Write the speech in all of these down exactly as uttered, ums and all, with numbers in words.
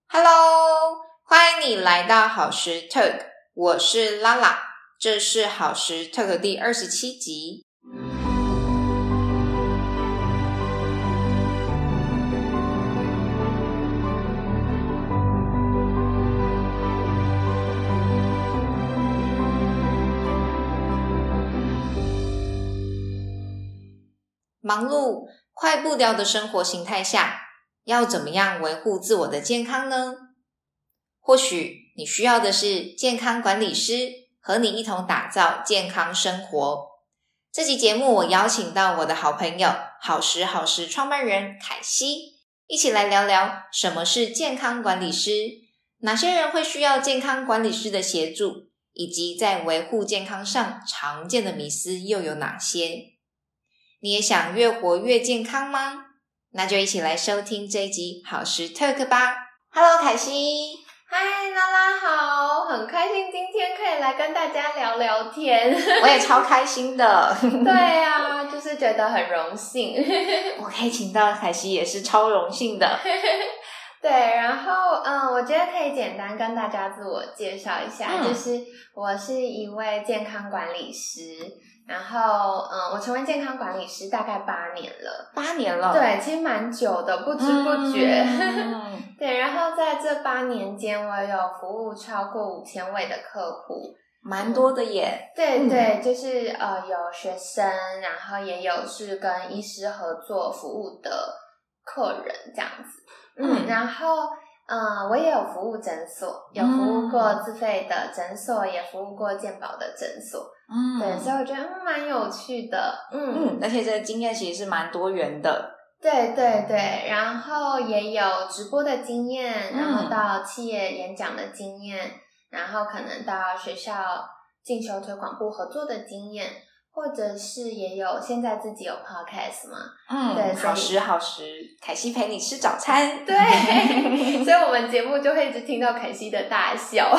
Hello， 欢迎你来到好时 Talk， 我是拉拉，这是好时 Talk 第二十七集。忙碌、快步调的生活形态下，要怎么样维护自我的健康呢？或许你需要的是健康管理师，和你一同打造健康生活。这集节目我邀请到我的好朋友好时好时创办人凯西，一起来聊聊什么是健康管理师，哪些人会需要健康管理师的协助，以及在维护健康上常见的迷思又有哪些。你也想越活越健康吗？那就一起来收听这一集好时 Talk 吧。Hello 凯西。 嗨，拉拉好，很开心今天可以来跟大家聊聊天。 我也超开心的。 对啊，就是觉得很荣幸。 我可以请到凯西也是超荣幸的。 对，然后嗯，我觉得可以简单跟大家自我介绍一下，嗯、就是我是一位健康管理师。然后，嗯，我成为健康管理师大概八年了， 八年了， 对，其实蛮久的，不知不觉。 嗯、 对，然后在这八年间，我有服务超过五千位的客户， 蛮多的耶。 嗯、对对，嗯、就是呃有学生，然后也有是跟医师合作服务的客人这样子，嗯，嗯然后。嗯，我也有服务诊所，有服务过自费的诊所，嗯、也服务过健保的诊所。嗯，对，所以我觉得嗯蛮有趣的。 嗯嗯，而且这个经验其实是蛮多元的。 对对对，然后也有直播的经验，然后到企业演讲的经验，嗯、然后可能到学校进修推广部合作的经验。或者是也有现在自己有 podcast 嘛， 嗯，对，好时好时，凯西陪你吃早餐， 对，所以我们节目就会一直听到凯西的大笑。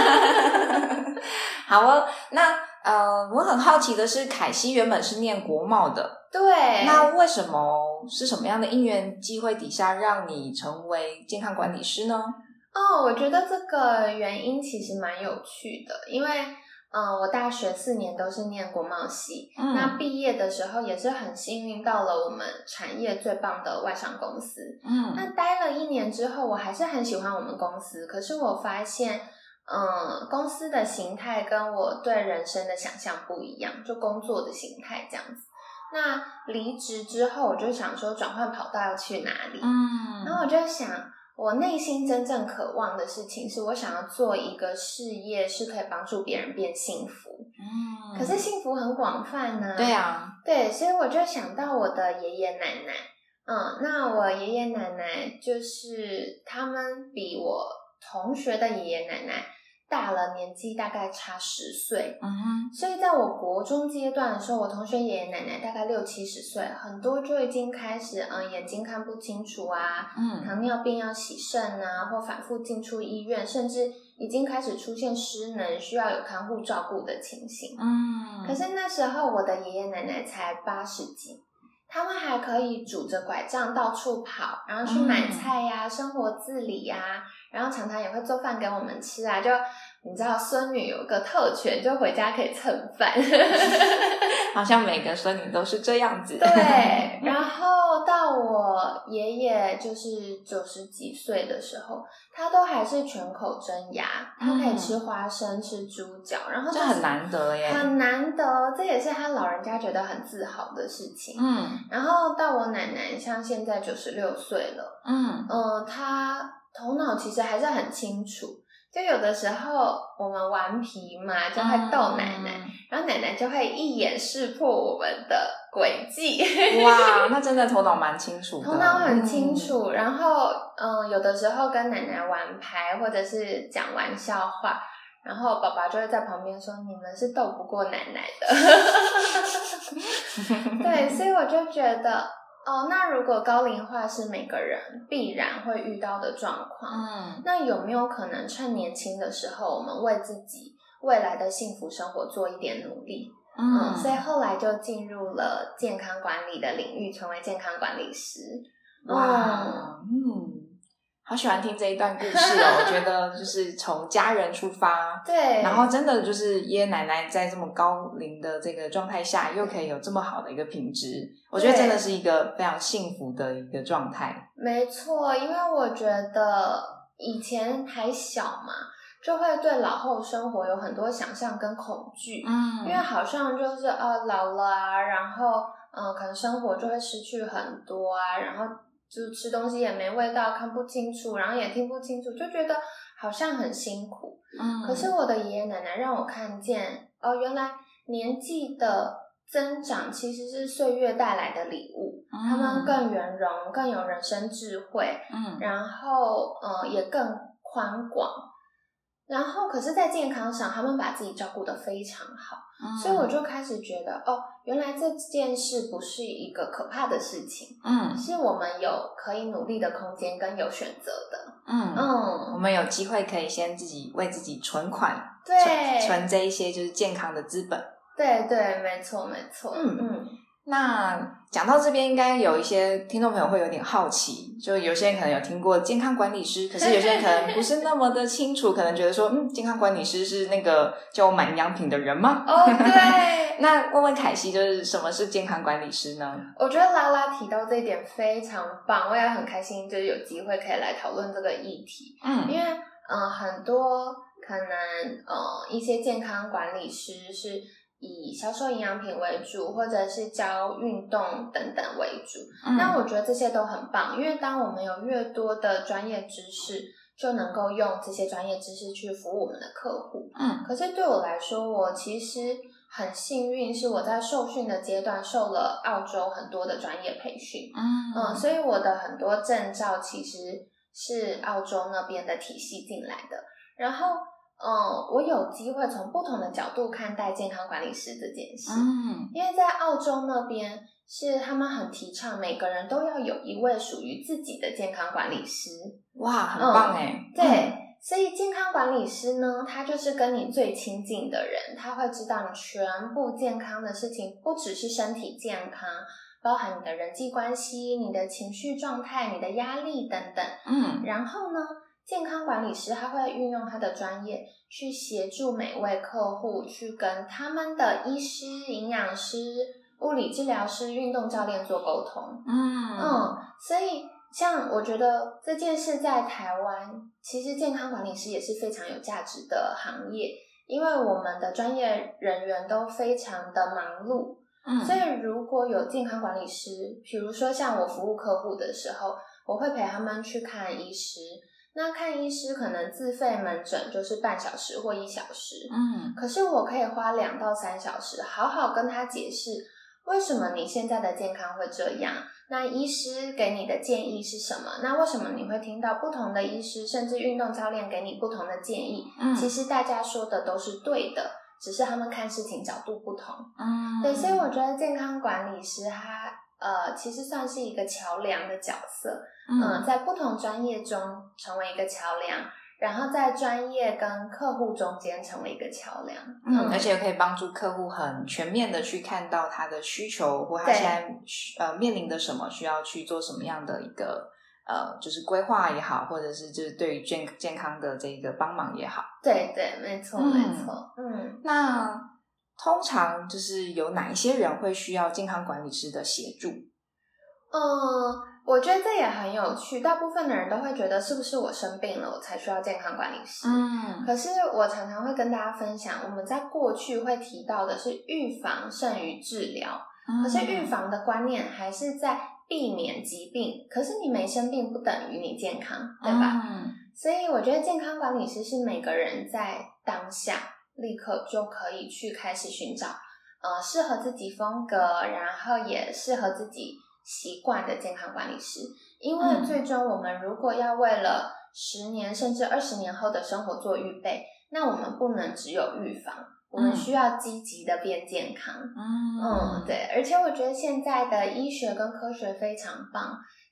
好哦，那呃，我很好奇的是，凯西原本是念国贸的， 对， 那为什么是什么样的因缘机会底下让你成为健康管理师呢？ 哦，我觉得这个原因其实蛮有趣的，因为。嗯，我大学四年都是念国贸系，嗯、那毕业的时候也是很幸运到了我们产业最棒的外商公司。嗯，那待了一年之后，我还是很喜欢我们公司，可是我发现，嗯，公司的形态跟我对人生的想象不一样，就工作的形态这样子。那离职之后，我就想说转换跑道要去哪里？嗯，然后我就想。我内心真正渴望的事情是我想要做一个事业是可以帮助别人变幸福。嗯，可是幸福很广泛呢。 对啊， 对，所以我就想到我的爷爷奶奶。嗯，那我爷爷奶奶就是他们比我同学的爷爷奶奶大了，年纪大概差十岁。嗯哼，所以在我国中阶段的时候，我同学爷爷奶奶大概六七十岁，很多就已经开始嗯眼睛看不清楚啊，嗯，糖尿病要洗肾啊，或反复进出医院，甚至已经开始出现失能，需要有看护照顾的情形。嗯，可是那时候我的爷爷奶奶才八十几。他们还可以拄着拐杖到处跑，然后去买菜呀、啊、生活自理呀、啊，然后常常也会做饭给我们吃啊。就你知道，孙女有个特权，就回家可以蹭饭。 好像每个孙女都是这样子。 对，然后到我爷爷就是九十几岁的时候，他都还是全口真牙，他可以吃花生、嗯、吃猪脚，然后这很难得耶， 很难得，这也是他老人家觉得很自豪的事情。嗯，然后到我奶奶，像现在九十六岁了，嗯呃，她头脑其实还是很清楚。就有的时候我们顽皮嘛，就会逗奶奶，嗯、然后奶奶就会一眼识破我们的诡计。 哇，那真的头脑蛮清楚的， 头脑很清楚。嗯、然后，嗯、呃，有的时候跟奶奶玩牌，或者是讲玩笑话，然后爸爸就会在旁边说：“你们是斗不过奶奶的。”对，所以我就觉得。哦，那如果高龄化是每个人必然会遇到的状况，嗯，那有没有可能趁年轻的时候，我们为自己未来的幸福生活做一点努力？嗯，嗯所以后来就进入了健康管理的领域，成为健康管理师。 哇，嗯， 好喜欢听这一段故事哦，我觉得就是从家人出发， 对， 然后真的就是爷爷奶奶在这么高龄的这个状态下，又可以有这么好的一个品质，我觉得真的是一个非常幸福的一个状态。 没错，因为我觉得以前还小嘛，就会对老后生活有很多想象跟恐惧， 嗯， 因为好像就是哦老了啊，然后嗯、呃、可能生活就会失去很多啊，然后就吃东西也没味道，看不清楚，然后也听不清楚，就觉得好像很辛苦。 嗯， 可是我的爷爷奶奶让我看见，哦，原来年纪的增长其实是岁月带来的礼物，嗯、他们更圆融，更有人生智慧， 嗯， 然后呃也更宽广。然后可是在健康上他们把自己照顾得非常好，嗯、所以我就开始觉得哦，原来这件事不是一个可怕的事情，嗯，是我们有可以努力的空间跟有选择的， 嗯嗯，我们有机会可以先自己为自己存款， 对， 存, 存这一些就是健康的资本， 对对，没错没错， 嗯嗯。那讲到这边，应该有一些听众朋友会有点好奇，就有些人可能有听过健康管理师，可是有些人可能不是那么的清楚，可能觉得说，嗯，健康管理师是那个叫我买营养品的人吗？ 哦，对。 那问问凯西，就是什么是健康管理师呢？ 我觉得拉拉提到这一点非常棒，我也很开心，就是有机会可以来讨论这个议题。嗯，因为嗯、呃，很多可能呃一些健康管理师是以销售营养品为主，或者是教运动等等为主。嗯，那我觉得这些都很棒，因为当我们有越多的专业知识，就能够用这些专业知识去服务我们的客户。嗯，可是对我来说，我其实很幸运，是我在受训的阶段受了澳洲很多的专业培训。嗯嗯，所以我的很多证照其实是澳洲那边的体系进来的。然后嗯，我有机会从不同的角度看待健康管理师这件事。嗯，因为在澳洲那边是他们很提倡每个人都要有一位属于自己的健康管理师。 哇，很棒耶。 嗯，对。嗯，所以健康管理师呢，他就是跟你最亲近的人，他会知道你全部健康的事情，不只是身体健康，包含你的人际关系、你的情绪状态、你的压力等等。嗯，然后呢，健康管理师他会运用他的专业去协助每位客户去跟他们的医师、营养师、物理治疗师、运动教练做沟通。嗯嗯，所以像我觉得这件事在台湾，其实健康管理师也是非常有价值的行业，因为我们的专业人员都非常的忙碌。嗯，所以如果有健康管理师，比如说像我服务客户的时候，我会陪他们去看医师。那看医师可能自费门诊就是半小时或一小时，嗯，可是我可以花两到三小时，好好跟他解释为什么你现在的健康会这样。那医师给你的建议是什么？那为什么你会听到不同的医师，甚至运动教练给你不同的建议？嗯，其实大家说的都是对的，只是他们看事情角度不同。嗯，对，所以我觉得健康管理师他呃，其实算是一个桥梁的角色。嗯、呃，在不同专业中成为一个桥梁，然后在专业跟客户中间成为一个桥梁。 嗯，嗯而且可以帮助客户很全面的去看到他的需求，或他现在呃面临的什么，需要去做什么样的一个呃，就是规划也好，或者是就是对于健健康的这个帮忙也好。 对对，没错、嗯、没错。嗯， 那通常就是有哪一些人会需要健康管理师的协助？ 嗯，我觉得这也很有趣，大部分的人都会觉得是不是我生病了我才需要健康管理师。嗯，可是我常常会跟大家分享，我们在过去会提到的是预防胜于治疗。嗯，可是预防的观念还是在避免疾病，可是你没生病不等于你健康，对吧？嗯，所以我觉得健康管理师是每个人在当下立刻就可以去开始寻找呃适合自己风格，然后也适合自己习惯的健康管理师。因为最终我们如果要为了十年甚至二十年后的生活做预备，那我们不能只有预防，我们需要积极的变健康。嗯嗯，对，而且我觉得现在的医学跟科学非常棒，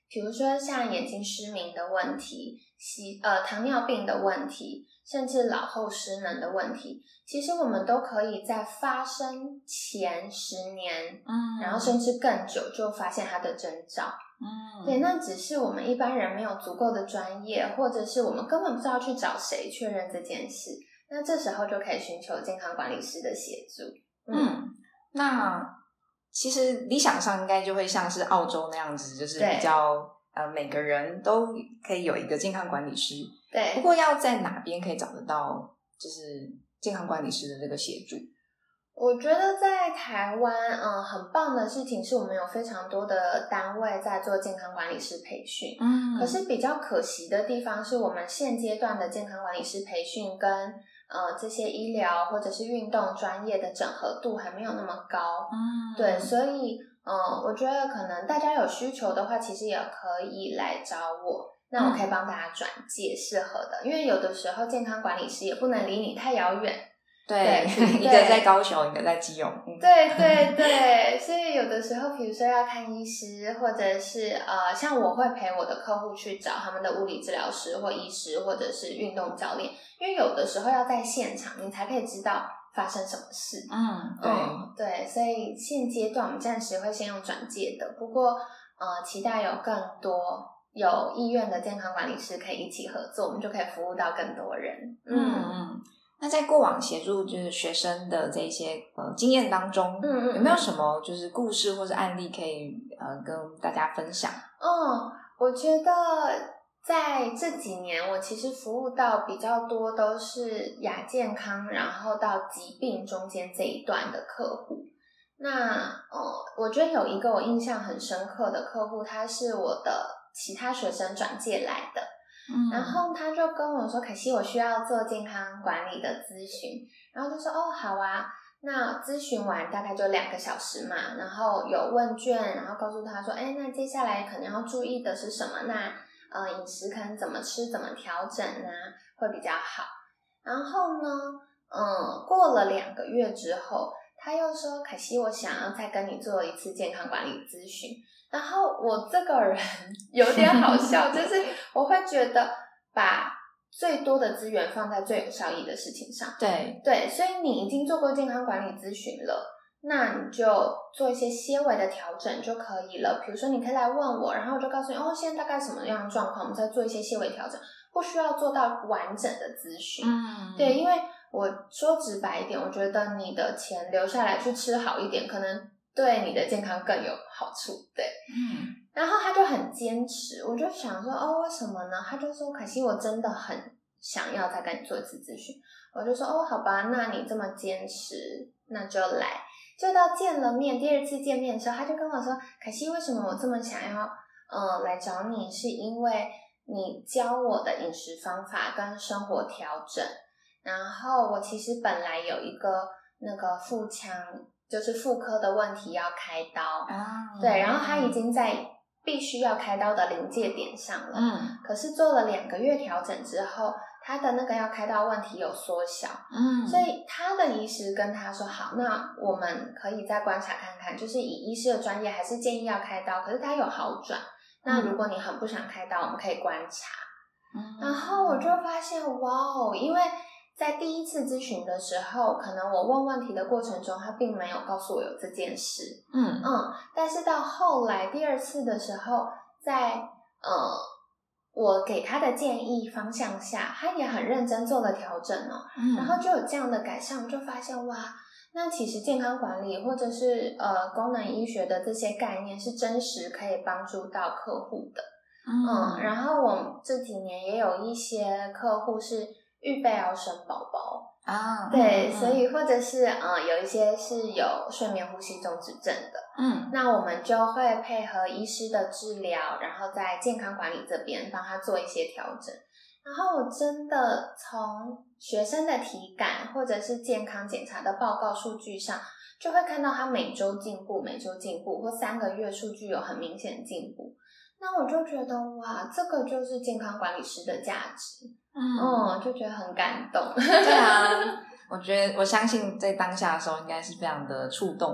比如说像眼睛失明的问题，吸呃糖尿病的问题，甚至老后失能的问题，其实我们都可以在发生前十年， 嗯， 然后甚至更久就发现它的征兆。 嗯， 对，那只是我们一般人没有足够的专业，或者是我们根本不知道去找谁确认这件事，那这时候就可以寻求健康管理师的协助。 嗯，嗯那其实理想上应该就会像是澳洲那样子，就是比较呃每个人都可以有一个健康管理师。 对， 不过要在哪边可以找得到就是健康管理师的这个协助？ 我觉得在台湾，嗯，很棒的事情是我们有非常多的单位在做健康管理师培训。 嗯， 可是比较可惜的地方是我们现阶段的健康管理师培训跟呃这些医疗或者是运动专业的整合度还没有那么高。 嗯， 对，所以嗯，我觉得可能大家有需求的话，其实也可以来找我。那我可以帮大家转介适合的，因为有的时候健康管理师也不能离你太遥远。 对， 对一个在高雄，一个在基隆。嗯、 对对对，所以有的时候，比如说要看医师，或者是呃，像我会陪我的客户去找他们的物理治疗师或医师，或者是运动教练，因为有的时候要在现场，你才可以知道发生什么事。 嗯，对、 嗯、对，所以现阶段我们暂时会先用转介的，不过呃，期待有更多有意愿的健康管理师可以一起合作，我们就可以服务到更多人。 嗯嗯。那在过往协助就是学生的这些呃经验当中， 嗯嗯， 有没有什么就是故事或是案例可以呃跟大家分享？ 嗯，我觉得在这几年，我其实服务到比较多都是亚健康，然后到疾病中间这一段的客户。那呃，我觉得有一个我印象很深刻的客户，他是我的其他学生转介来的。嗯，然后他就跟我说，可惜我需要做健康管理的咨询，然后就说哦好啊，那咨询完大概就两个小时嘛，然后有问卷，然后告诉他说，哎，那接下来可能要注意的是什么？那呃饮食可能怎么吃，怎么调整呢，会比较好。然后呢，嗯，过了两个月之后，他又说，可惜我想要再跟你做一次健康管理咨询。然后我这个人有点好笑，就是我会觉得把最多的资源放在最有效益的事情上。 对对，所以你已经做过健康管理咨询了，那你就做一些些微的调整就可以了。比如说你可以来问我，然后我就告诉你哦，现在大概什么样的状况，我们再做一些些微调整，不需要做到完整的咨询。嗯，对，因为我说直白一点，我觉得你的钱留下来去吃好一点，可能对你的健康更有好处。对，嗯，然后他就很坚持，我就想说哦，为什么呢？他就说，可惜我真的很想要再跟你做一次咨询。我就说哦，好吧，那你这么坚持，那就来。就到见了面，第二次见面的时候，他就跟我说，可惜为什么我这么想要呃来找你，是因为你教我的饮食方法跟生活调整，然后我其实本来有一个那个腹腔就是妇科的问题要开刀，啊，对，然后他已经在必须要开刀的临界点上了，嗯，可是做了两个月调整之后，他的那个要开刀问题有缩小，嗯，所以他的医师跟他说，好，那我们可以再观察看看，就是以医师的专业还是建议要开刀，可是他有好转，那如果你很不想开刀，我们可以观察，嗯，然后我就发现哇哦，因为在第一次咨询的时候，可能我问问题的过程中，他并没有告诉我有这件事，嗯嗯，但是到后来第二次的时候，在呃我给他的建议方向下，他也很认真做了调整哦，嗯，然后就有这样的改善，我就发现哇，那其实健康管理或者是呃功能医学的这些概念是真实可以帮助到客户的，嗯, 嗯，然后我这几年也有一些客户是预备要生宝宝啊，对，嗯嗯，所以或者是呃有一些是有睡眠呼吸中止症的，嗯，那我们就会配合医师的治疗，然后在健康管理这边帮他做一些调整。然后我真的从学生的体感或者是健康检查的报告数据上，就会看到他每周进步，每周进步，或三个月数据有很明显的进步。那我就觉得哇，这个就是健康管理师的价值，嗯, 嗯，就觉得很感动。 对啊，我觉得我相信在当下的时候应该是非常的触动。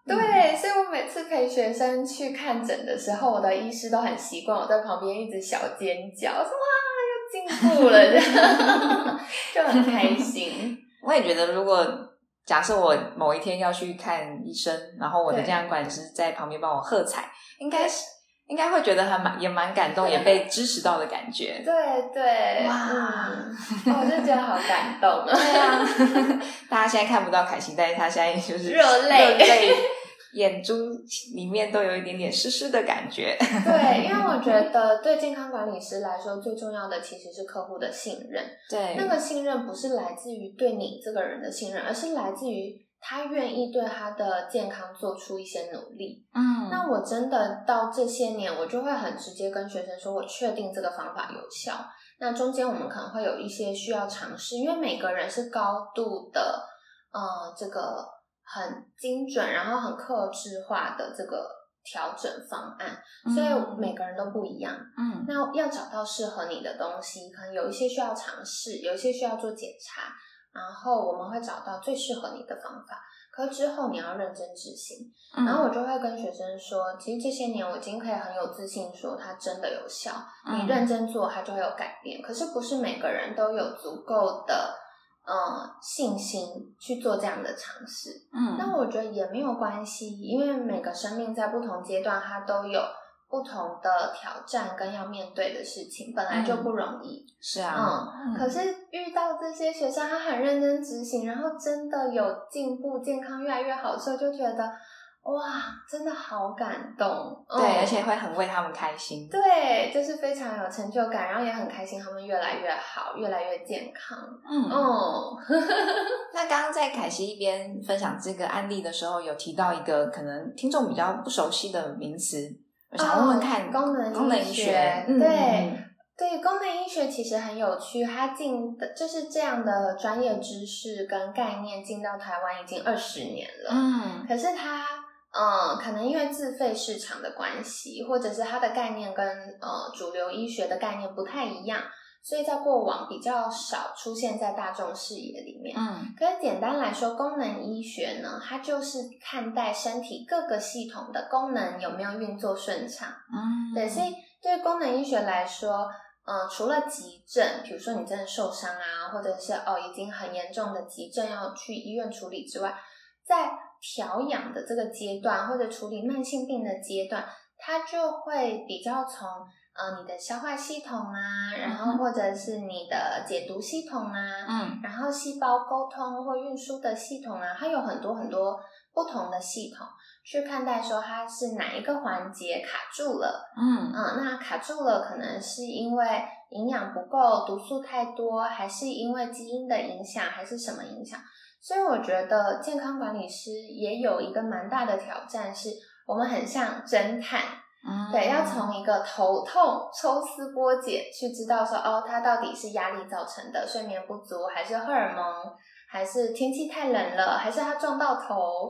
对，所以我每次陪学生去看诊的时候，我的医师都很习惯我在旁边一直小尖叫，说哇又进步了，这样就很开心。 我也觉得，如果假设我某一天要去看医生，然后我的健康管理师在旁边帮我喝彩，应该是应该会觉得还蛮也蛮感动，也被支持到的感觉。 对对， 哇、 嗯哦，我就觉得好感动啊！ 对啊，大家现在看不到凯西，但是他现在就是热泪， 热泪，眼珠里面都有一点点湿湿的感觉。 对，因为我觉得对健康管理师来说，最重要的其实是客户的信任。 对， 那个信任不是来自于对你这个人的信任，而是来自于他愿意对他的健康做出一些努力。 嗯， 那我真的到这些年，我就会很直接跟学生说，我确定这个方法有效。那中间我们可能会有一些需要尝试，因为每个人是高度的，呃，这个很精准，然后很客制化的这个调整方案，所以每个人都不一样。 嗯， 那要找到适合你的东西，可能有一些需要尝试，有一些需要做检查。然后我们会找到最适合你的方法，可之后你要认真执行。 嗯、 然后我就会跟学生说，其实这些年我已经可以很有自信说它真的有效， 嗯、 你认真做它就会有改变。可是不是每个人都有足够的呃信心去做这样的尝试。嗯，那我觉得也没有关系，因为每个生命在不同阶段它都有不同的挑战跟要面对的事情，本来就不容易。 嗯、是啊， 嗯，嗯可是遇到这些学生，他很认真执行，然后真的有进步，健康越来越好的时候，就觉得哇，真的好感动。 对、嗯，而且会很为他们开心。 对，就是非常有成就感，然后也很开心，他们越来越好，越来越健康。 嗯哦、嗯， 那刚刚在凯西一边分享这个案例的时候，有提到一个可能听众比较不熟悉的名词。我想问问看， 功能功能医学， 对、 嗯、 对，功能医学其实很有趣，它进的就是这样的专业知识跟概念进到台湾已经二十年了，嗯，可是它，嗯，可能因为自费市场的关系，或者是它的概念跟呃主流医学的概念不太一样。所以在过往比较少出现在大众视野里面。嗯，可是简单来说，功能医学呢，它就是看待身体各个系统的功能有没有运作顺畅。嗯，对，所以对功能医学来说，呃，除了急症，比如说你真的受伤啊，或者是哦已经很严重的急症要去医院处理之外，在调养的这个阶段，或者处理慢性病的阶段，它就会比较从呃，你的消化系统啊，然后或者是你的解毒系统啊，嗯，然后细胞沟通或运输的系统啊，它有很多很多不同的系统去看待说它是哪一个环节卡住了，嗯嗯，那卡住了可能是因为营养不够，毒素太多，还是因为基因的影响，还是什么影响？所以我觉得健康管理师也有一个蛮大的挑战，是我们很像侦探。嗯、对，要从一个头痛抽丝剥茧去知道说，哦，它到底是压力造成的，睡眠不足，还是荷尔蒙，还是天气太冷了，还是他撞到头？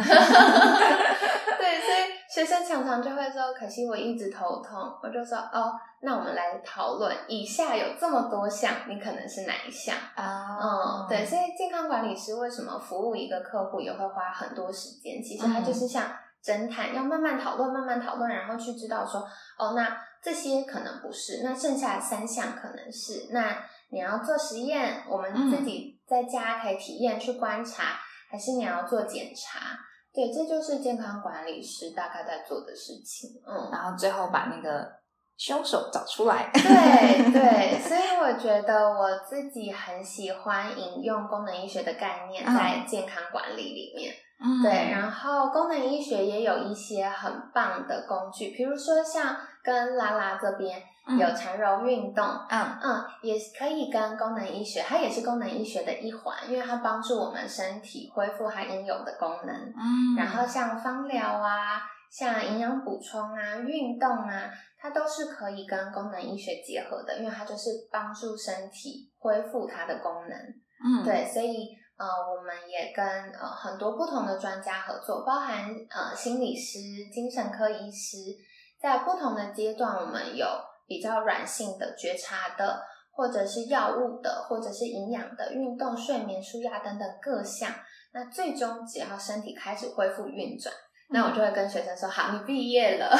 对，所以学生常常就会说，可惜我一直头痛。我就说，哦，那我们来讨论，以下有这么多项，你可能是哪一项？啊、oh. 嗯，对，所以健康管理师为什么服务一个客户也会花很多时间？其实他就是像侦探，要慢慢讨论，慢慢讨论，然后去知道说，哦，那这些可能不是，那剩下的三项可能是，那你要做实验，我们自己在家可以体验去观察，还是你要做检查？对，这就是健康管理师大概在做的事情。嗯， 然后最后把那个凶手找出来。 对对，所以我觉得我自己很喜欢引用功能医学的概念在健康管理里面。嗯，对，然后功能医学也有一些很棒的工具，比如说像跟拉拉这边有缠柔运动，嗯嗯，也可以跟功能医学，它也是功能医学的一环，因为它帮助我们身体恢复它应有的功能。嗯，然后像芳疗啊，像营养补充啊，运动啊，它都是可以跟功能医学结合的，因为它就是帮助身体恢复它的功能。嗯，对，所以呃，我们也跟呃很多不同的专家合作，包含呃心理师、精神科医师，在不同的阶段，我们有比较软性的觉察的，或者是药物的，或者是营养的、运动、睡眠、舒压等等各项。那最终只要身体开始恢复运转， 那我就会跟学生说，好，你毕业了。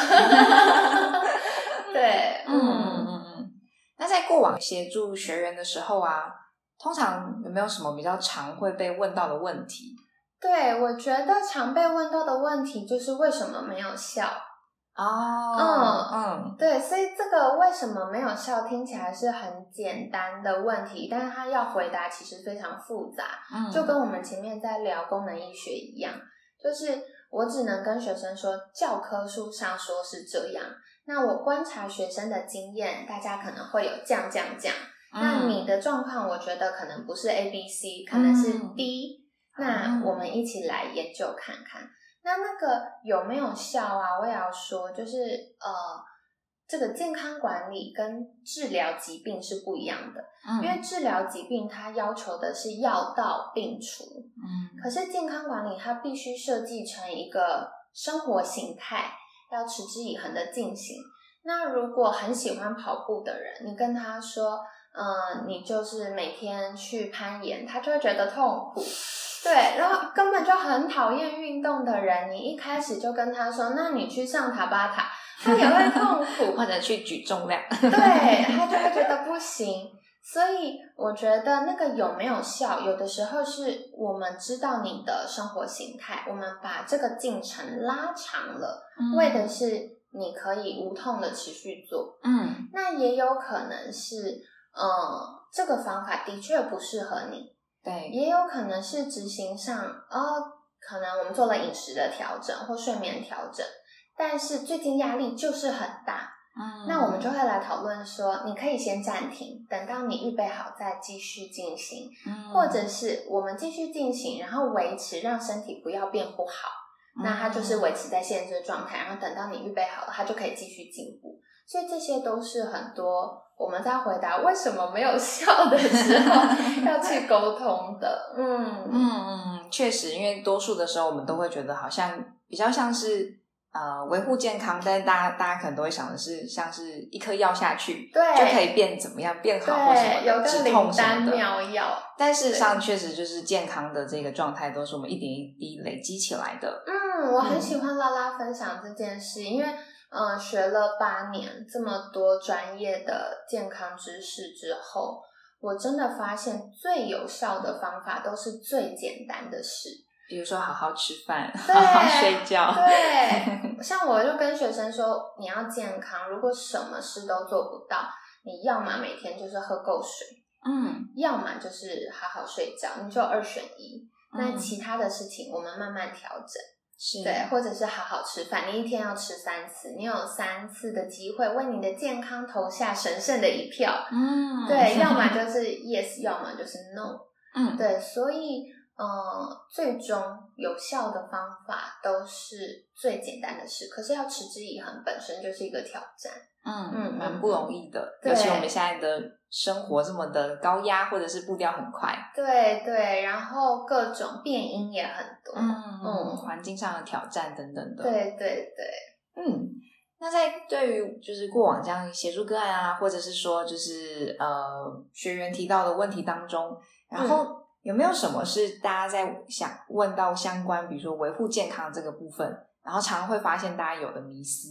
对， 嗯嗯嗯嗯。那在过往协助学员的时候啊，通常有没有什么比较常会被问到的问题？ 对，我觉得常被问到的问题就是为什么没有效。 哦， 嗯嗯， 对，所以这个为什么没有效听起来是很简单的问题，但是它要回答其实非常复杂， 嗯， 就跟我们前面在聊功能医学一样，就是我只能跟学生说教科书上说是这样，那我观察学生的经验，大家可能会有这样这样这样，嗯、那你的状况我觉得可能不是 A B C， 可能是 D，、嗯、那我们一起来研究看看。那那个有没有效啊？我也要说，就是呃，这个健康管理跟治疗疾病是不一样的，嗯、因为治疗疾病它要求的是药到病除，嗯，可是健康管理它必须设计成一个生活形态，要持之以恒的进行。那如果很喜欢跑步的人，你跟他说，嗯、呃，你就是每天去攀岩，他就会觉得痛苦。对，然后根本就很讨厌运动的人，你一开始就跟他说，那你去上塔巴塔，他也会痛苦， 或者去举重量， 对，他就会觉得不行。所以我觉得那个有没有效，有的时候是我们知道你的生活形态，我们把这个进程拉长了，嗯、为的是你可以无痛的持续做。嗯，那也有可能是，嗯，这个方法的确不适合你。对，也有可能是执行上，哦，可能我们做了饮食的调整或睡眠调整，但是最近压力就是很大，嗯，那我们就会来讨论说，你可以先暂停，等到你预备好再继续进行，嗯，或者是我们继续进行，然后维持让身体不要变不好，嗯，那它就是维持在现在这个状态，然后等到你预备好了，它就可以继续进步。所以这些都是很多我们在回答为什么没有效的时候要去沟通的。嗯嗯嗯，确实，因为多数的时候我们都会觉得好像比较像是呃维护健康，但是大家大家可能都会想的是像是一颗药下去，对，就可以变怎么样变好或什么的， 有个止痛什么的灵丹妙药。 但事实上确实就是健康的这个状态都是我们一点一滴累积起来的。 嗯，我很喜欢拉拉分享这件事，因为嗯，学了八年这么多专业的健康知识之后，我真的发现最有效的方法都是最简单的事， 比如说好好吃饭，好好睡觉。 对，像我就跟学生说，你要健康，如果什么事都做不到，你要么每天就是喝够水，嗯，要么就是好好睡觉，你就二选一。嗯、那其他的事情我们慢慢调整。是，对，或者是好好吃饭，你一天要吃三次，你有三次的机会为你的健康投下神圣的一票。嗯，对，要么就是 yes， 要么就是 no。嗯，对，所以呃，最终有效的方法都是最简单的事，可是要持之以恒本身就是一个挑战。嗯嗯，蛮不容易的，尤其我们现在的生活这么的高压，或者是步调很快。 对对，然后各种变因也很多。嗯嗯，环境上的挑战等等的。 对对对， 嗯。那在对于就是过往这样协助个案啊，或者是说就是呃学员提到的问题当中，然后有没有什么是大家在想问到相关，比如说维护健康这个部分，然后常常会发现大家有的迷思？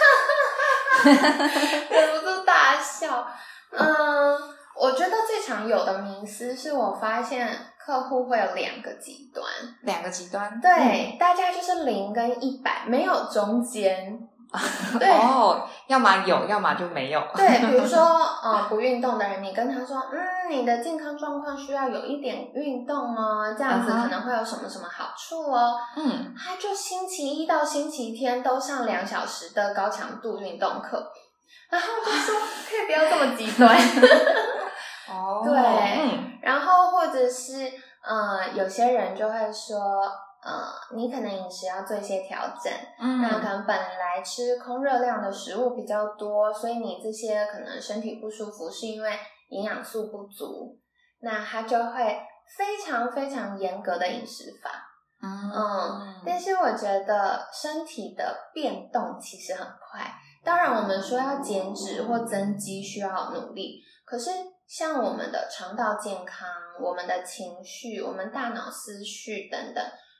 忍不住大笑。嗯，我觉得最常有的迷思是我发现客户会有两个极端， 两个极端， 对，嗯、大家就是零跟一百，没有中间。 对哦，要么有，要么就没有。 对，比如说，呃，不运动的人，你跟他说，嗯，你的健康状况需要有一点运动哦，这样子可能会有什么什么好处哦。嗯，他就星期一到星期天都上两小时的高强度运动课，然后就说可以不要这么极端。哦，对，嗯，然后或者是，呃，有些人就会说。呃，你可能饮食要做一些调整，嗯，那可能本来吃空热量的食物比较多，所以你这些可能身体不舒服是因为营养素不足，那他就会非常非常严格的饮食法，嗯, 嗯但是我觉得身体的变动其实很快，当然我们说要减脂或增肌需要努力，可是像我们的肠道健康、我们的情绪、我们大脑思绪等等，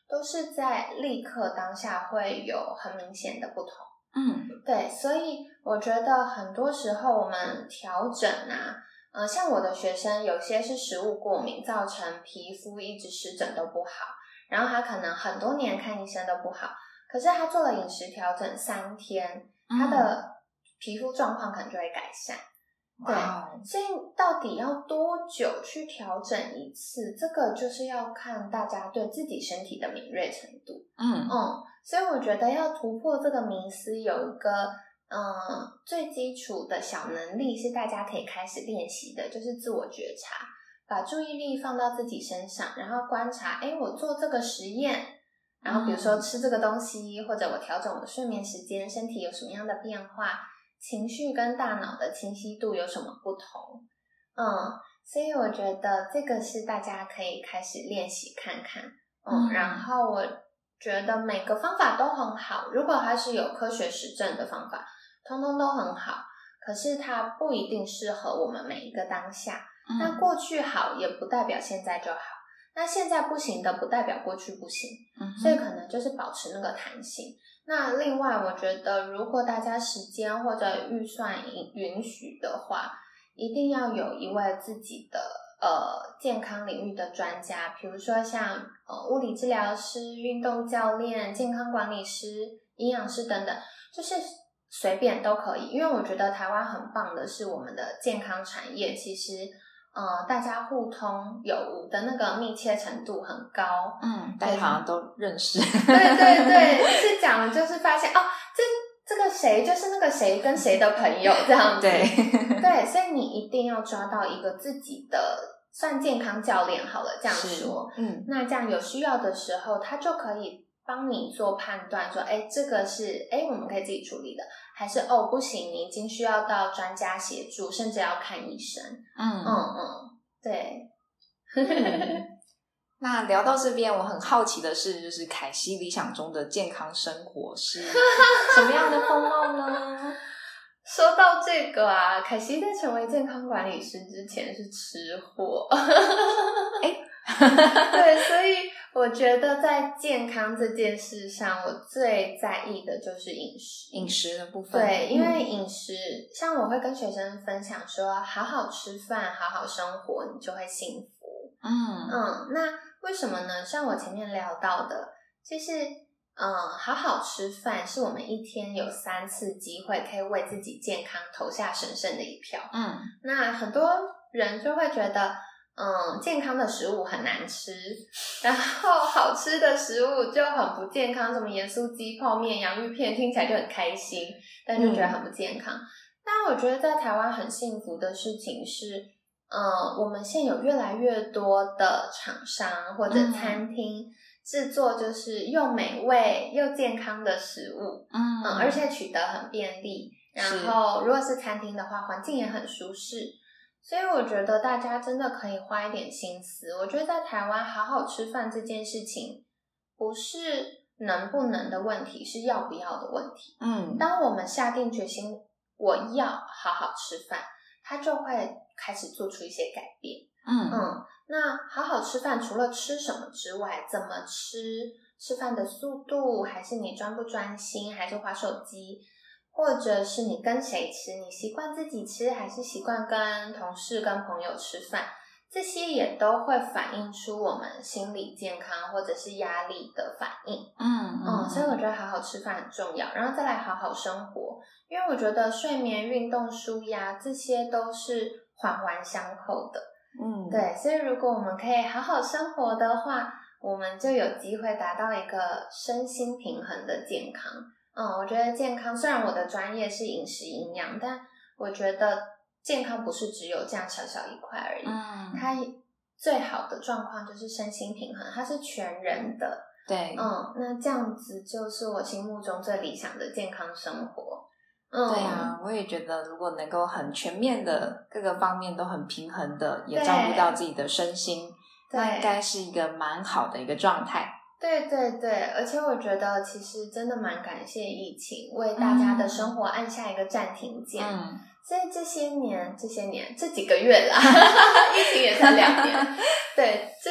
都是在立刻当下会有很明显的不同。 嗯， 对，所以我觉得很多时候我们调整啊，呃，像我的学生有些是食物过敏，造成皮肤一直湿疹都不好，然后他可能很多年看医生都不好，可是他做了饮食调整三天，他的皮肤状况可能就会改善。对，所以到底要多久去调整一次？这个就是要看大家对自己身体的敏锐程度。 嗯嗯，所以我觉得要突破这个迷思，有一个嗯最基础的小能力是大家可以开始练习的，就是自我觉察，把注意力放到自己身上，然后观察，诶，我做这个实验，然后比如说吃这个东西，或者我调整我的睡眠时间，身体有什么样的变化，情绪跟大脑的清晰度有什么不同。嗯，所以我觉得这个是大家可以开始练习看看。嗯，嗯然后我觉得每个方法都很好，如果它是有科学实证的方法，通通都很好，可是它不一定适合我们每一个当下。嗯、那过去好也不代表现在就好，那现在不行的不代表过去不行。嗯，所以可能就是保持那个弹性。那另外我觉得如果大家时间或者预算允许的话，一定要有一位自己的呃健康领域的专家，比如说像呃物理治疗师、运动教练、健康管理师、营养师等等，就是随便都可以。因为我觉得台湾很棒的是我们的健康产业其实呃，大家互通有无的那个密切程度很高。 嗯，大家好像都认识。 对对对，是讲就是发现哦，这这个谁就是那个谁跟谁的朋友这样子。 对对，所以你一定要抓到一个自己的算健康教练好了，这样说。嗯，那这样有需要的时候，他就可以帮你做判断，说，哎，这个是哎我们可以自己处理的，还是哦不行，你已经需要到专家协助，甚至要看医生。嗯嗯嗯，对。 嗯那聊到这边，我很好奇的是，就是凯西理想中的健康生活是什么样的风貌呢？ 说到这个啊，凯西在成为健康管理师之前是吃货。 诶对，所以我觉得在健康这件事上，我最在意的就是饮食。 饮食的部分。 对，因为饮食、嗯、像我会跟学生分享说，好好吃饭，好好生活，你就会幸福。嗯嗯，那为什么呢？像我前面聊到的，就是嗯，好好吃饭是我们一天有三次机会可以为自己健康投下神圣的一票。嗯，那很多人就会觉得嗯，健康的食物很难吃，然后好吃的食物就很不健康，什么盐酥鸡、泡面、洋芋片听起来就很开心，但就觉得很不健康。嗯、但我觉得在台湾很幸福的事情是嗯，我们现在有越来越多的厂商或者餐厅制作就是又美味又健康的食物。 嗯, 嗯，而且取得很便利，然后如果是餐厅的话环境也很舒适，所以我觉得大家真的可以花一点心思。我觉得在台湾好好吃饭这件事情不是能不能的问题，是要不要的问题。嗯，当我们下定决心我要好好吃饭，它就会开始做出一些改变。嗯嗯，那好好吃饭除了吃什么之外，怎么吃，吃饭的速度，还是你专不专心，还是滑手机，或者是你跟谁吃，你习惯自己吃还是习惯跟同事跟朋友吃饭，这些也都会反映出我们心理健康或者是压力的反应。嗯 嗯, 嗯，所以我觉得好好吃饭很重要，然后再来好好生活，因为我觉得睡眠、运动、舒压这些都是环环相扣的。嗯，对，所以如果我们可以好好生活的话，我们就有机会达到一个身心平衡的健康。嗯，我觉得健康，虽然我的专业是饮食营养，但我觉得健康不是只有这样小小一块而已。嗯，它最好的状况就是身心平衡，它是全人的。对，嗯，那这样子就是我心目中最理想的健康生活。嗯， 对啊，我也觉得如果能够很全面的各个方面都很平衡的，也照顾到自己的身心，那应该是一个蛮好的一个状态。 对对对，而且我觉得其实真的蛮感谢疫情为大家的生活按下一个暂停键。嗯，所以这些年这些年这几个月啦疫情也才两年对，这几个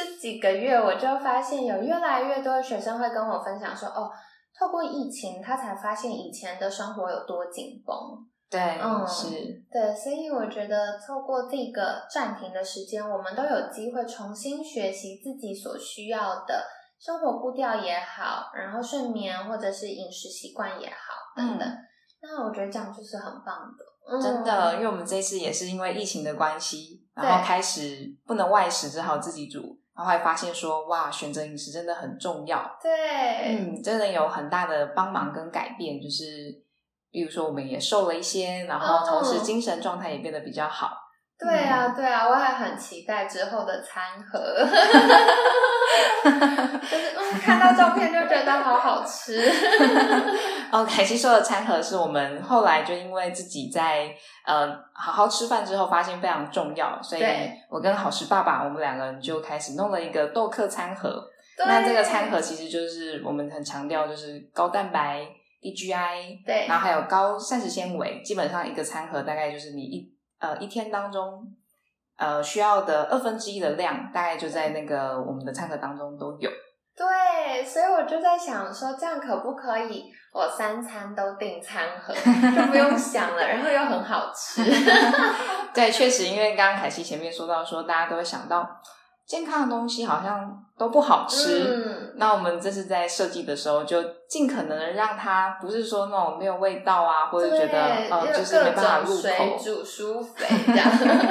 个月，我就发现有越来越多的学生会跟我分享说，哦，透过疫情，他才发现以前的生活有多紧绷。 对， 嗯， 是， 对，所以我觉得透过这个暂停的时间，我们都有机会重新学习自己所需要的生活步调也好，然后睡眠或者是饮食习惯也好等等。嗯，那我觉得这样就是很棒的。嗯， 真的，因为我们这次也是因为疫情的关系，然后开始不能外食，只好自己煮，然后还发现说，哇，选择饮食真的很重要。 对， 嗯，真的有很大的帮忙跟改变，就是比如说我们也瘦了一些，然后同时精神状态也变得比较好。 对啊，对啊，我还很期待之后的餐盒，就是嗯，看到照片就觉得好好吃。 哦，凯西说的餐盒是我们后来就因为自己在呃好好吃饭之后发现非常重要，所以我跟好食爸爸我们两个人就开始弄了一个豆克餐盒。那这个餐盒其实就是我们很强调就是高蛋白、低 G I， 对， 然后还有高膳食纤维，基本上一个餐盒大概就是你一呃一天当中呃需要的二分之一的量，大概就在那个我们的餐盒当中都有。 对，所以我就在想说，这样可不可以我三餐都订餐盒，就不用想了，然后又很好吃。 对，确实，因为刚刚凯西前面说到说，大家都会想到健康的东西好像都不好吃。嗯，那我们这次在设计的时候，就尽可能的让它不是说那种没有味道啊，或者觉得呃就是没办法入口， 水煮舒肥这样。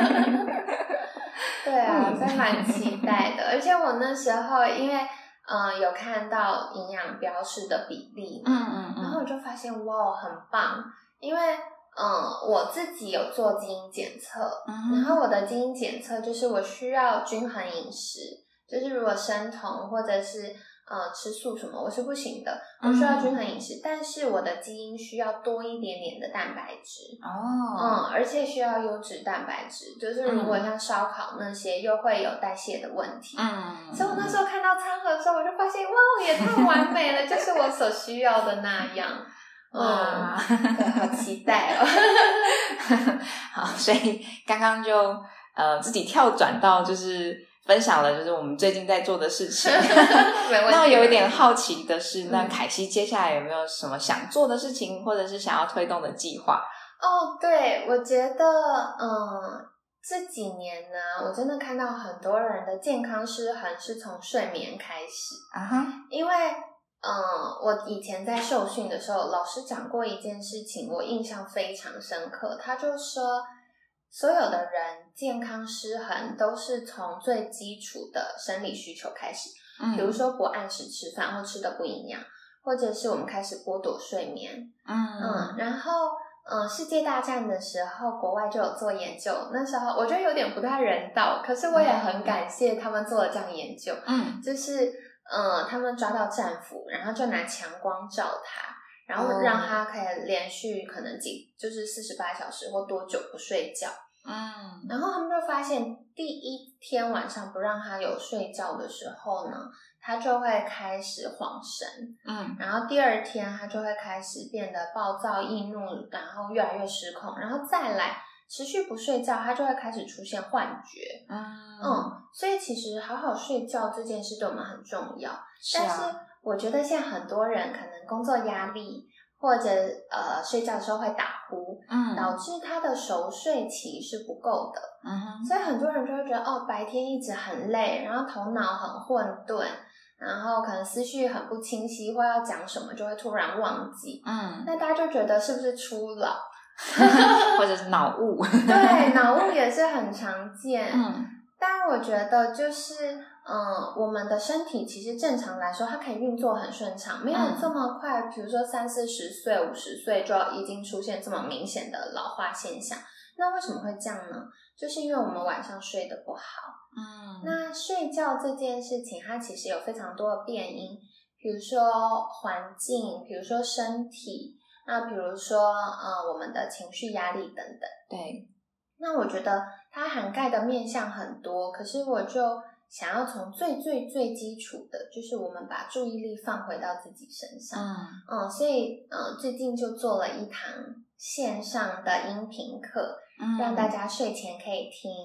对啊，所以蛮期待的。而且我那时候因为嗯、呃，有看到营养标示的比例嘛，嗯嗯嗯，然后我就发现哇，很棒，因为嗯，我自己有做基因检测，嗯，然后我的基因检测就是我需要均衡饮食，就是如果生酮或者是呃吃素什么我是不行的，我需要均衡饮食，嗯，但是我的基因需要多一点点的蛋白质哦，嗯，而且需要优质蛋白质，就是如果像烧烤那些又会有代谢的问题，嗯，所以我那时候看到餐盒的时候，我就发现哇，也太完美了，就是我所需要的那样。哇，嗯，对，好期待哦！ 好，所以刚刚就呃自己跳转到就是分享了就是我们最近在做的事情。那我有一点好奇的是，嗯，那凯西接下来有没有什么想做的事情，或者是想要推动的计划？ 哦，对，我觉得嗯这几年呢，我真的看到很多人的健康失衡是从睡眠开始啊哈，因为嗯，我以前在受训的时候，老师讲过一件事情，我印象非常深刻。他就说，所有的人健康失衡都是从最基础的生理需求开始，嗯，比如说不按时吃饭或吃的不营养，或者是我们开始剥夺睡眠，嗯嗯，然后嗯，世界大战的时候，国外就有做研究，那时候我觉得有点不太人道，可是我也很感谢他们做了这样研究，嗯，就是。嗯，他们抓到战俘，然后就拿强光照他，然后让他可以连续可能几就是四十八小时或多久不睡觉。嗯，然后他们就发现第一天晚上不让他有睡觉的时候呢，他就会开始恍神。嗯，然后第二天他就会开始变得暴躁易怒，然后越来越失控，然后再来持续不睡觉，他就会开始出现幻觉。嗯嗯，所以其实好好睡觉这件事对我们很重要。是啊，但是我觉得现在很多人可能工作压力或者呃睡觉的时候会打呼，嗯，导致他的熟睡期是不够的。嗯哼，所以很多人就会觉得哦，白天一直很累，然后头脑很混沌，然后可能思绪很不清晰，或要讲什么就会突然忘记。嗯，那大家就觉得是不是初老？ 或者是脑雾？ 对，脑雾也是很常见。嗯，但我觉得就是，嗯，我们的身体其实正常来说，它可以运作很顺畅，没有这么快。嗯，比如说三四十岁、五十岁就已经出现这么明显的老化现象。那为什么会这样呢？就是因为我们晚上睡得不好。嗯，那睡觉这件事情，它其实有非常多的变因，比如说环境，比如说身体。那比如说，呃，我们的情绪压力等等。 对。 那我觉得它涵盖的面向很多，可是我就想要从最最最基础的，就是我们把注意力放回到自己身上。嗯嗯，所以呃，最近就做了一堂线上的音频课，嗯，让大家睡前可以听。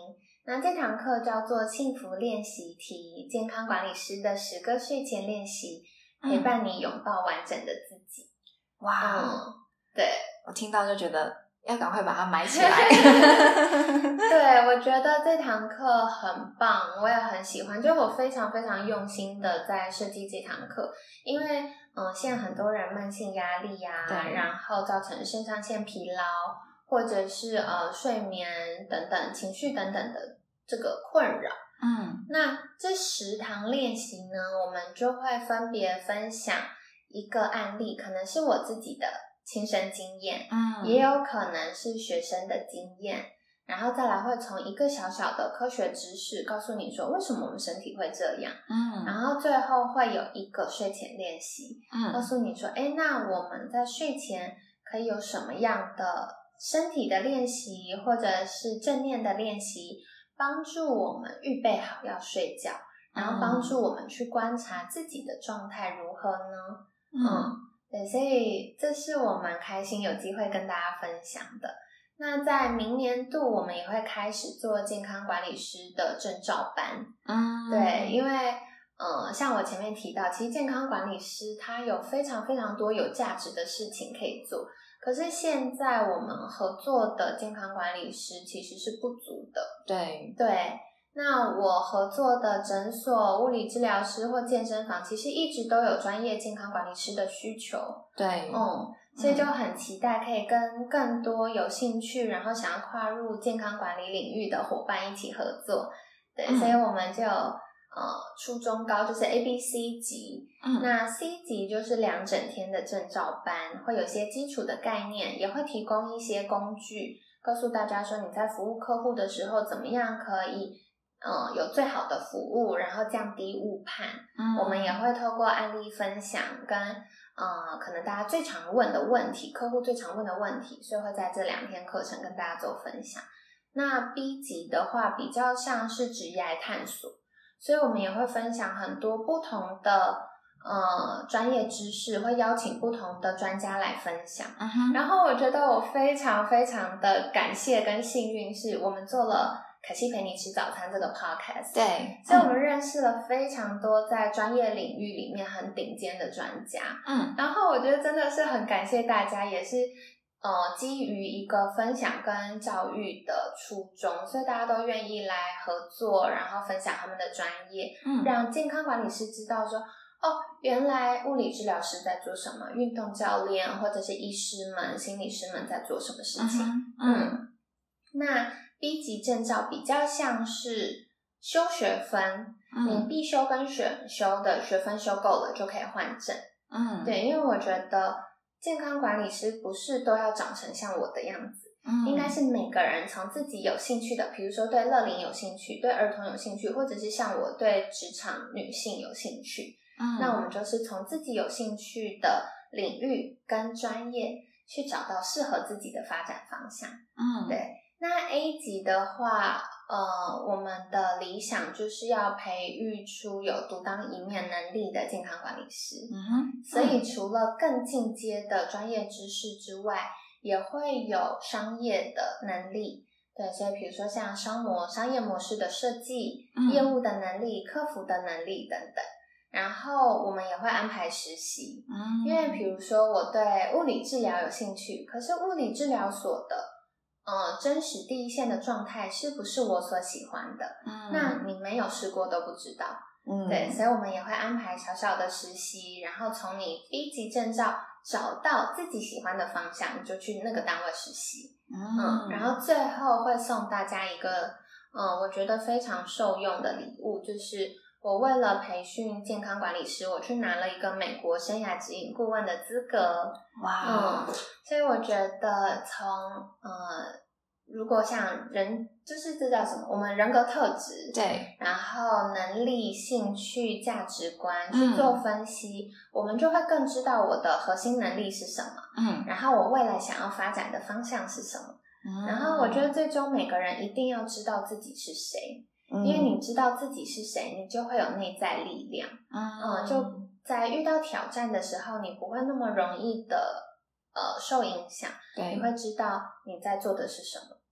那这堂课叫做幸福练习题，健康管理师的十个睡前练习，陪伴你拥抱完整的自己。 哇、 嗯，对， 我听到就觉得要赶快把它买起来。 对，我觉得这堂课很棒，我也很喜欢，就我非常非常用心的在设计这堂课，因为嗯、呃，现在很多人慢性压力啊，然后造成肾上腺疲劳，或者是呃睡眠等等、情绪等等的这个困扰。 嗯， 那这十堂练习呢，我们就会分别分享一个案例，可能是我自己的亲身经验， 嗯， 也有可能是学生的经验，然后再来会从一个小小的科学知识告诉你说为什么我们身体会这样， 嗯， 然后最后会有一个睡前练习， 嗯， 告诉你说，诶，那我们在睡前可以有什么样的身体的练习，或者是正念的练习，帮助我们预备好要睡觉，然后帮助我们去观察自己的状态如何呢？ 嗯， 嗯，对，所以这是我蛮开心有机会跟大家分享的。那在明年度我们也会开始做健康管理师的证照班。 嗯， 对，因为呃，像我前面提到，其实健康管理师他有非常非常多有价值的事情可以做，可是现在我们合作的健康管理师其实是不足的。 对对，那我合作的诊所、物理治疗师或健身房，其实一直都有专业健康管理师的需求。 对， 嗯，所以就很期待可以跟更多有兴趣，然后想要跨入健康管理领域的伙伴一起合作。对，嗯、所以我们就有呃初中高就是 A B C 级，嗯，那 C 级就是两整天的证照班，会有些基础的概念，也会提供一些工具，告诉大家说你在服务客户的时候怎么样可以呃有最好的服务，然后降低误判。嗯，我们也会透过案例分享跟呃可能大家最常问的问题，客户最常问的问题，所以会在这两天课程跟大家做分享。那 B 级的话比较像是职业探索，所以我们也会分享很多不同的呃专业知识，会邀请不同的专家来分享。Uh-huh. 然后我觉得我非常非常的感谢跟幸运，是我们做了凯西陪你吃早餐这个 podcast， 对， 所以我们认识了非常多在专业领域里面很顶尖的专家。嗯，然后我觉得真的是很感谢大家，也是呃，基于一个分享跟教育的初衷，所以大家都愿意来合作，然后分享他们的专业，嗯，让健康管理师知道说，哦，原来物理治疗师在做什么，运动教练或者是医师们、心理师们在做什么事情。嗯，嗯那 B 级证照比较像是修学分，嗯，你必修跟选修的学分修够了就可以换证。嗯，对，因为我觉得健康管理师不是都要长成像我的样子，嗯，应该是每个人从自己有兴趣的，比如说对乐龄有兴趣，对儿童有兴趣，或者是像我对职场女性有兴趣，嗯，那我们就是从自己有兴趣的领域跟专业去找到适合自己的发展方向。嗯，对。那 A 级的话，呃，我们的理想就是要培育出有独当一面能力的健康管理师。嗯哼，所以除了更进阶的专业知识之外，也会有商业的能力。对，所以比如说像商模、商业模式的设计、嗯、业务的能力、客服的能力等等。然后我们也会安排实习，嗯，因为比如说我对物理治疗有兴趣，可是物理治疗所的呃，真实第一线的状态是不是我所喜欢的？嗯，那你没有试过都不知道。嗯，对，所以我们也会安排小小的实习，然后从你 B 级证照找到自己喜欢的方向，你就去那个单位实习。嗯，嗯然后最后会送大家一个，嗯，我觉得非常受用的礼物，就是我为了培训健康管理师，我去拿了一个美国生涯指引顾问的资格。哇，嗯，所以我觉得从呃，如果像人，就是这叫什么？我们人格特质，对，然后能力、兴趣、价值观去做分析，嗯，我们就会更知道我的核心能力是什么，嗯，然后我未来想要发展的方向是什么。嗯，然后我觉得最终每个人一定要知道自己是谁。因为你知道自己是谁，你就会有内在力量。嗯，嗯就在遇到挑战的时候，你不会那么容易的呃受影响。对，你会知道你在做的是什么。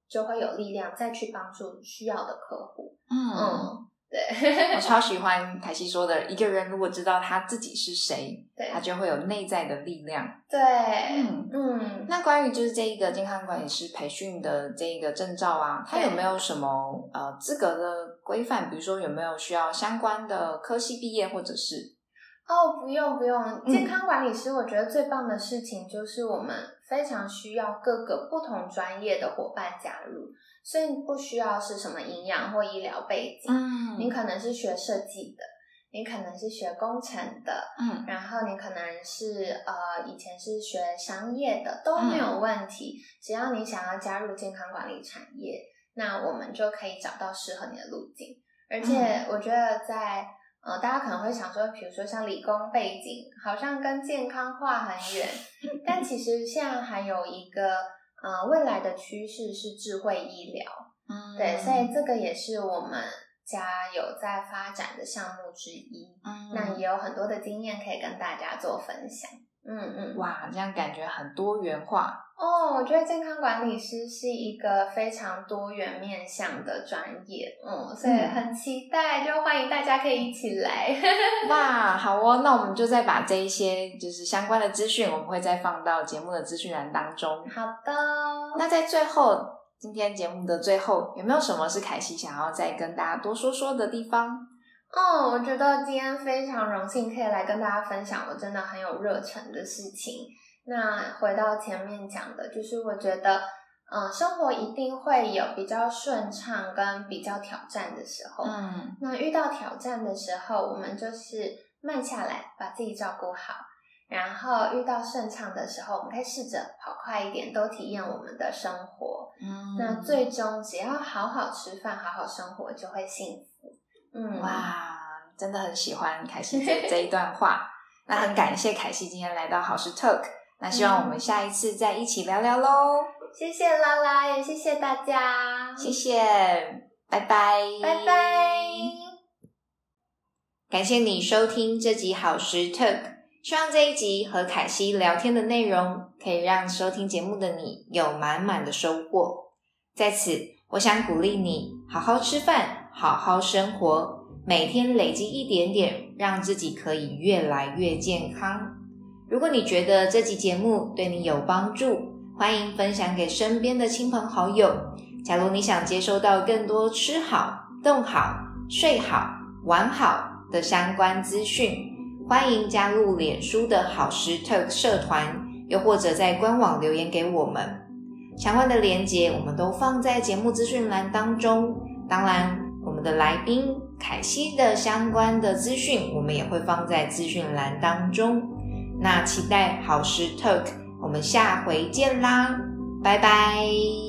就会有力量再去帮助需要的客户。 嗯嗯，对。 我超喜欢凯西说的，一个人如果知道他自己是谁， 对， 他就会有内在的力量。 对， 嗯嗯。 那关于就是这一个健康管理师培训的这一个证照啊，它有没有什么呃资格的规范？比如说有没有需要相关的科系毕业，或者是？ 哦，不用不用，健康管理师我觉得最棒的事情就是我们非常需要各个不同专业的伙伴加入，所以你不需要是什么营养或医疗背景， 嗯， 你可能是学设计的，你可能是学工程的， 嗯， 然后你可能是呃以前是学商业的，都没有问题，嗯，只要你想要加入健康管理产业，那我们就可以找到适合你的路径。而且我觉得在呃，大家可能会想说，比如说像理工背景，好像跟健康画很远，但其实现在还有一个呃未来的趋势是智慧医疗，嗯，对，所以这个也是我们家有在发展的项目之一，嗯，那也有很多的经验可以跟大家做分享。嗯嗯， 哇，这样感觉很多元化哦。我觉得健康管理师是一个非常多元面向的专业，嗯，所以很期待，嗯，就欢迎大家可以一起来。 哇，好哦，那我们就再把这一些就是相关的资讯，我们会再放到节目的资讯栏当中。 好的。 那在最后，今天节目的最后，有没有什么是凯西想要再跟大家多说说的地方？ 哦，我觉得今天非常荣幸可以来跟大家分享我真的很有热忱的事情。那回到前面讲的，就是我觉得嗯，生活一定会有比较顺畅跟比较挑战的时候，嗯，那遇到挑战的时候，我们就是慢下来，把自己照顾好，然后遇到顺畅的时候，我们可以试着跑快一点，都体验我们的生活，嗯，那最终只要好好吃饭，好好生活，就会幸福。嗯， 哇，真的很喜欢凯西这这一段话。那很感谢凯西今天来到好事 Talk， 那希望我们下一次再一起聊聊咯。 谢谢拉拉，也谢谢大家， 谢谢，拜拜， 拜拜。 感谢你收听这集好事 Talk， 希望这一集和凯西聊天的内容可以让收听节目的你有满满的收获。在此，我想鼓励你好好吃饭，好好生活，每天累积一点点，让自己可以越来越健康。如果你觉得这集节目对你有帮助，欢迎分享给身边的亲朋好友。假如你想接收到更多吃好、动好、睡好、玩好的相关资讯，欢迎加入脸书的好食 Talk 社团，又或者在官网留言给我们。相关的连结我们都放在节目资讯栏当中，当然我们的来宾凯西的相关的资讯我们也会放在资讯栏当中。那期待好食 Talk， 我们下回见啦，拜拜。